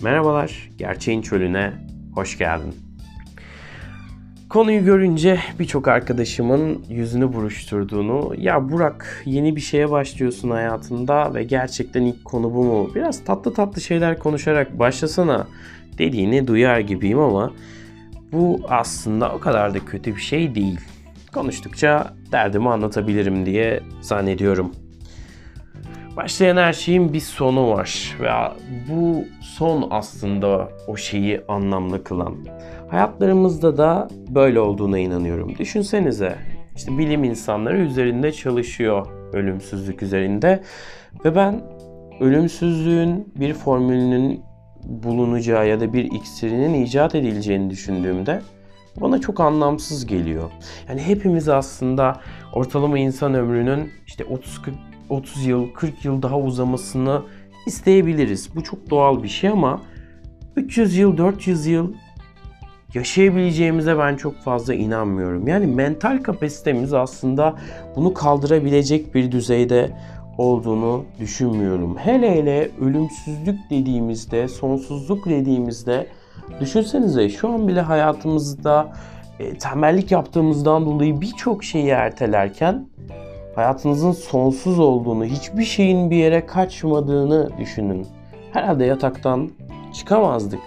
Merhabalar, Gerçeğin Çölüne hoş geldin. Konuyu görünce birçok arkadaşımın yüzünü buruşturduğunu, "Ya Burak, yeni bir şeye başlıyorsun hayatında ve gerçekten ilk konu bu mu? Biraz tatlı tatlı şeyler konuşarak başlasana" dediğini duyar gibiyim ama bu aslında o kadar da kötü bir şey değil. Konuştukça derdimi anlatabilirim diye zannediyorum. Başlayan her şeyin bir sonu var ve bu son aslında o şeyi anlamlı kılan. Hayatlarımızda da böyle olduğuna inanıyorum. Düşünsenize, işte bilim insanları üzerinde çalışıyor, ölümsüzlük üzerinde ve ben ölümsüzlüğün bir formülünün bulunacağı ya da bir iksirinin icat edileceğini düşündüğümde bana çok anlamsız geliyor. Yani hepimiz aslında ortalama insan ömrünün işte 30 yıl, 40 yıl daha uzamasını isteyebiliriz. Bu çok doğal bir şey ama 300 yıl, 400 yıl yaşayabileceğimize ben çok fazla inanmıyorum. Yani mental kapasitemiz aslında bunu kaldırabilecek bir düzeyde olduğunu düşünmüyorum. Hele ölümsüzlük dediğimizde, sonsuzluk dediğimizde düşünsenize şu an bile hayatımızda tembellik yaptığımızdan dolayı birçok şeyi ertelerken hayatınızın sonsuz olduğunu, hiçbir şeyin bir yere kaçmadığını düşünün. Herhalde yataktan çıkamazdık.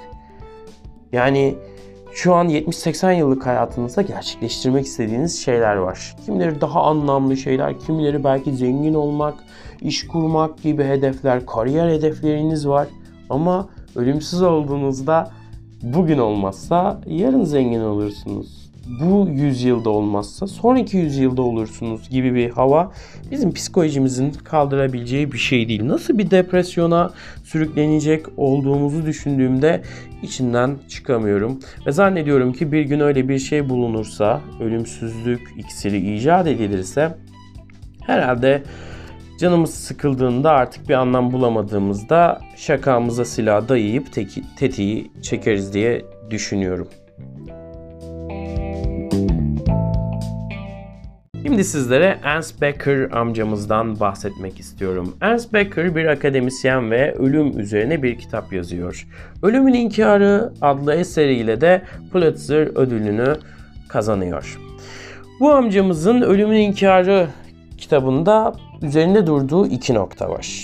Yani şu an 70-80 yıllık hayatınızda gerçekleştirmek istediğiniz şeyler var. Kimileri daha anlamlı şeyler, kimileri belki zengin olmak, iş kurmak gibi hedefler, kariyer hedefleriniz var. Ama ölümsüz olduğunuzda bugün olmazsa yarın zengin olursunuz. Bu yüzyılda olmazsa sonraki yüzyılda olursunuz gibi bir hava bizim psikolojimizin kaldırabileceği bir şey değil. Nasıl bir depresyona sürüklenecek olduğumuzu düşündüğümde içinden çıkamıyorum. Ve zannediyorum ki bir gün öyle bir şey bulunursa, ölümsüzlük iksiri icat edilirse herhalde canımız sıkıldığında artık bir anlam bulamadığımızda şakamıza silah dayayıp tetiği çekeriz diye düşünüyorum. Şimdi sizlere Ernst Becker amcamızdan bahsetmek istiyorum. Ernst Becker bir akademisyen ve ölüm üzerine bir kitap yazıyor. Ölümün İnkarı adlı eseriyle de Pulitzer ödülünü kazanıyor. Bu amcamızın Ölümün İnkarı kitabında üzerinde durduğu iki nokta var.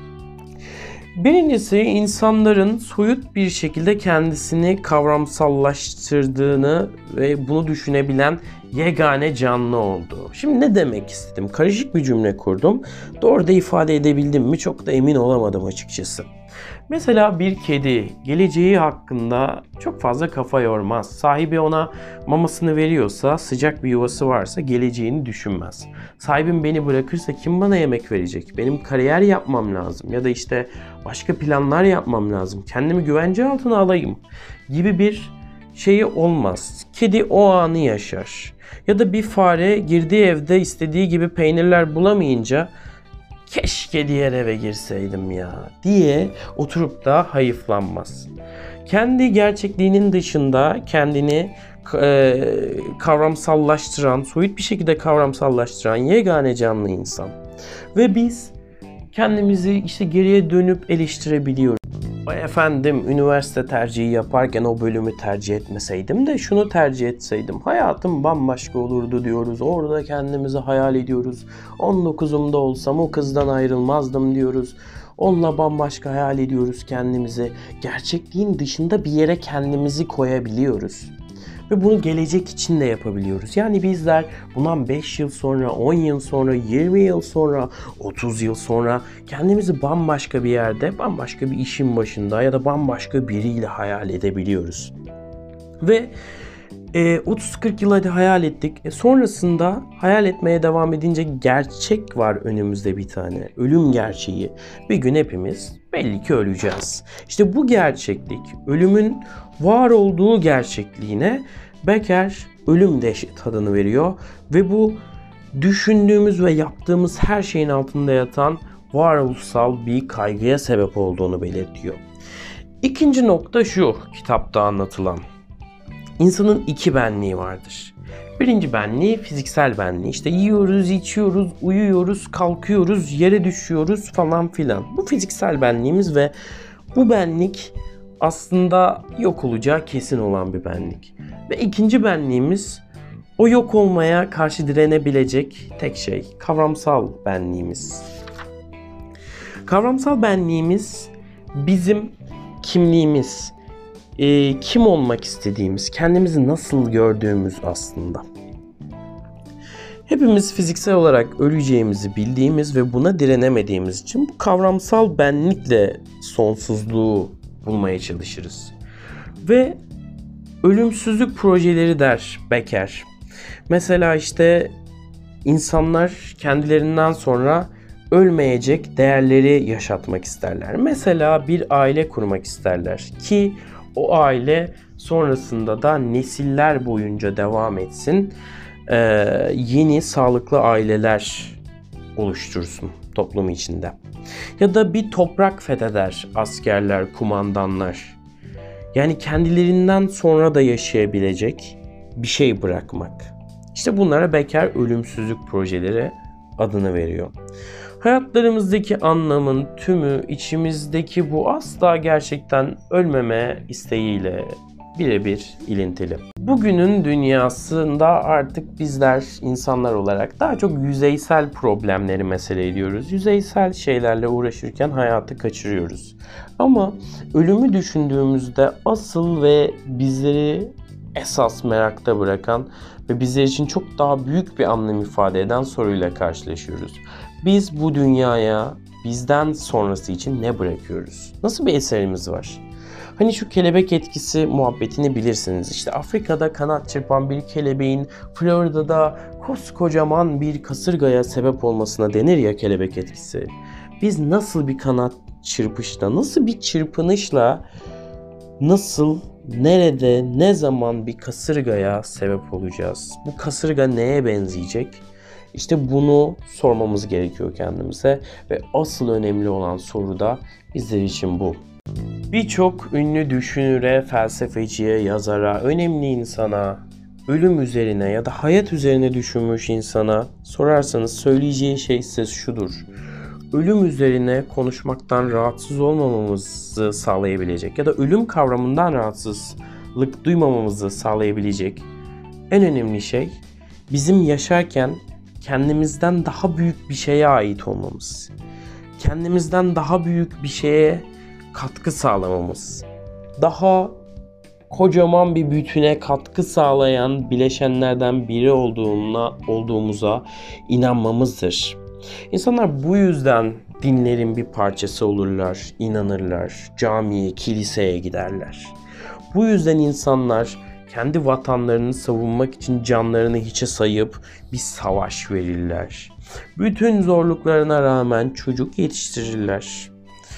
Birincisi, insanların soyut bir şekilde kendisini kavramsallaştırdığını ve bunu düşünebilen yegane canlı olduğu. Şimdi ne demek istedim? Karışık bir cümle kurdum. Doğru da ifade edebildim mi? Çok da emin olamadım açıkçası. Mesela bir kedi geleceği hakkında çok fazla kafa yormaz. Sahibi ona mamasını veriyorsa, sıcak bir yuvası varsa geleceğini düşünmez. Sahibim beni bırakırsa kim bana yemek verecek? Benim kariyer yapmam lazım ya da işte başka planlar yapmam lazım. Kendimi güvence altına alayım gibi bir şeyi olmaz. Kedi o anı yaşar. Ya da bir fare girdiği evde istediği gibi peynirler bulamayınca "Keşke diğer eve girseydim ya" diye oturup da hayıflanmaz. Kendi gerçekliğinin dışında kendini kavramsallaştıran, soyut bir şekilde kavramsallaştıran yegane canlı insan. Ve biz kendimizi işte geriye dönüp eleştirebiliyoruz. "Vay efendim, üniversite tercihi yaparken o bölümü tercih etmeseydim de şunu tercih etseydim hayatım bambaşka olurdu" diyoruz. Orada kendimizi hayal ediyoruz. 19'umda olsam o kızdan ayrılmazdım diyoruz. Onunla bambaşka hayal ediyoruz kendimizi. Gerçekliğin dışında bir yere kendimizi koyabiliyoruz. Ve bunu gelecek için de yapabiliyoruz. Yani bizler bundan 5 yıl sonra, 10 yıl sonra, 20 yıl sonra, 30 yıl sonra kendimizi bambaşka bir yerde, bambaşka bir işin başında ya da bambaşka biriyle hayal edebiliyoruz. Ve 30-40 yıl hadi hayal ettik. Sonrasında hayal etmeye devam edince gerçek var önümüzde bir tane. Ölüm gerçeği. Bir gün hepimiz belli ki öleceğiz. İşte bu gerçeklik, ölümün var olduğu gerçekliğine Becker ölüm dehşet adını veriyor. Ve bu düşündüğümüz ve yaptığımız her şeyin altında yatan varoluşsal bir kaygıya sebep olduğunu belirtiyor. İkinci nokta şu kitapta anlatılan. İnsanın iki benliği vardır. Birinci benliği fiziksel benliği. İşte yiyoruz, içiyoruz, uyuyoruz, kalkıyoruz, yere düşüyoruz falan filan. Bu fiziksel benliğimiz ve bu benlik aslında yok olacağı kesin olan bir benlik. Ve ikinci benliğimiz o yok olmaya karşı direnebilecek tek şey, kavramsal benliğimiz. Kavramsal benliğimiz bizim kimliğimiz, kim olmak istediğimiz, kendimizi nasıl gördüğümüz aslında. Hepimiz fiziksel olarak öleceğimizi bildiğimiz ve buna direnemediğimiz için bu kavramsal benlikle sonsuzluğu bulmaya çalışırız. Ve ölümsüzlük projeleri der Becker. Mesela işte insanlar kendilerinden sonra ölmeyecek değerleri yaşatmak isterler. Mesela bir aile kurmak isterler ki o aile sonrasında da nesiller boyunca devam etsin. Yeni sağlıklı aileler oluştursun toplum içinde. Ya da bir toprak fetheder askerler, kumandanlar. Yani kendilerinden sonra da yaşayabilecek bir şey bırakmak. İşte bunlara Becker ölümsüzlük projeleri adını veriyor. Hayatlarımızdaki anlamın tümü içimizdeki bu asla gerçekten ölmeme isteğiyle birebir ilintili. Bugünün dünyasında artık bizler insanlar olarak daha çok yüzeysel problemleri mesele ediyoruz. Yüzeysel şeylerle uğraşırken hayatı kaçırıyoruz. Ama ölümü düşündüğümüzde asıl ve bizleri esas merakta bırakan ve bizler için çok daha büyük bir anlam ifade eden soruyla karşılaşıyoruz. Biz bu dünyaya bizden sonrası için ne bırakıyoruz? Nasıl bir eserimiz var? Hani şu kelebek etkisi muhabbetini bilirsiniz. İşte Afrika'da kanat çırpan bir kelebeğin Florida'da koskocaman bir kasırgaya sebep olmasına denir ya kelebek etkisi. Biz nasıl bir kanat çırpışla, nasıl bir çırpınışla, nasıl, nerede, ne zaman bir kasırgaya sebep olacağız? Bu kasırga neye benzeyecek? İşte bunu sormamız gerekiyor kendimize ve asıl önemli olan soru da bizler için bu. Birçok ünlü düşünüre, felsefeciye, yazara, önemli insana, ölüm üzerine ya da hayat üzerine düşünmüş insana sorarsanız söyleyeceği şey size şudur. Ölüm üzerine konuşmaktan rahatsız olmamamızı sağlayabilecek ya da ölüm kavramından rahatsızlık duymamamızı sağlayabilecek en önemli şey bizim yaşarken kendimizden daha büyük bir şeye ait olmamız. Kendimizden daha büyük bir şeye katkı sağlamamız. Daha kocaman bir bütüne katkı sağlayan bileşenlerden biri olduğumuza inanmamızdır. İnsanlar bu yüzden dinlerin bir parçası olurlar, inanırlar, camiye, kiliseye giderler. Bu yüzden insanlar kendi vatanlarını savunmak için canlarını hiçe sayıp bir savaş verirler. Bütün zorluklarına rağmen çocuk yetiştirirler.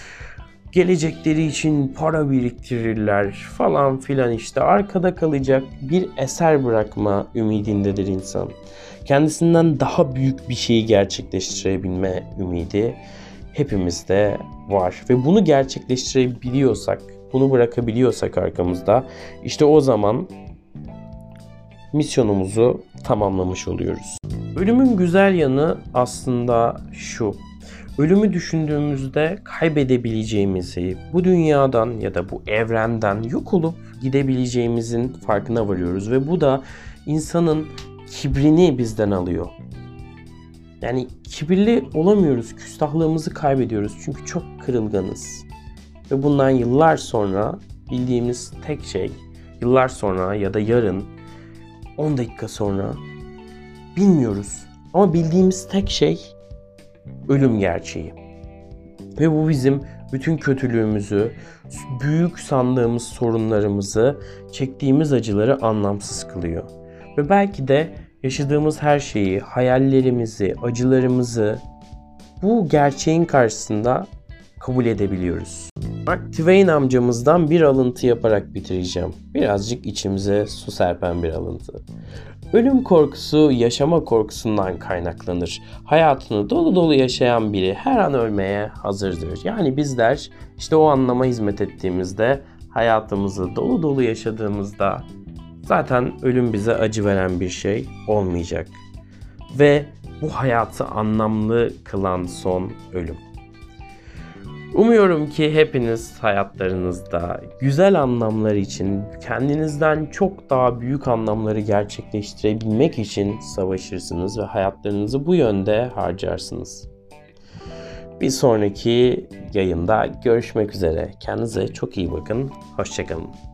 Gelecekleri için para biriktirirler falan filan işte. Arkada kalacak bir eser bırakma ümidindedir insan. Kendisinden daha büyük bir şeyi gerçekleştirebilme ümidi hepimizde var. Ve bunu gerçekleştirebiliyorsak, bunu bırakabiliyorsak arkamızda, işte o zaman misyonumuzu tamamlamış oluyoruz. Ölümün güzel yanı aslında şu. Ölümü düşündüğümüzde kaybedebileceğimizi, bu dünyadan ya da bu evrenden yok olup gidebileceğimizin farkına varıyoruz. Ve bu da insanın kibrini bizden alıyor. Yani kibirli olamıyoruz, küstahlığımızı kaybediyoruz çünkü çok kırılganız. Ve bundan yıllar sonra bildiğimiz tek şey, yıllar sonra ya da yarın, 10 dakika sonra bilmiyoruz. Ama bildiğimiz tek şey ölüm gerçeği. Ve bu bizim bütün kötülüğümüzü, büyük sandığımız sorunlarımızı, çektiğimiz acıları anlamsız kılıyor. Ve belki de yaşadığımız her şeyi, hayallerimizi, acılarımızı bu gerçeğin karşısında kabul edebiliyoruz. Mark Twain amcamızdan bir alıntı yaparak bitireceğim. Birazcık içimize su serpen bir alıntı. Ölüm korkusu yaşama korkusundan kaynaklanır. Hayatını dolu dolu yaşayan biri her an ölmeye hazırdır. Yani bizler işte o anlama hizmet ettiğimizde, hayatımızı dolu dolu yaşadığımızda zaten ölüm bize acı veren bir şey olmayacak. Ve bu hayatı anlamlı kılan son ölüm. Umuyorum ki hepiniz hayatlarınızda güzel anlamlar için, kendinizden çok daha büyük anlamları gerçekleştirebilmek için savaşırsınız ve hayatlarınızı bu yönde harcarsınız. Bir sonraki yayında görüşmek üzere. Kendinize çok iyi bakın. Hoşça kalın.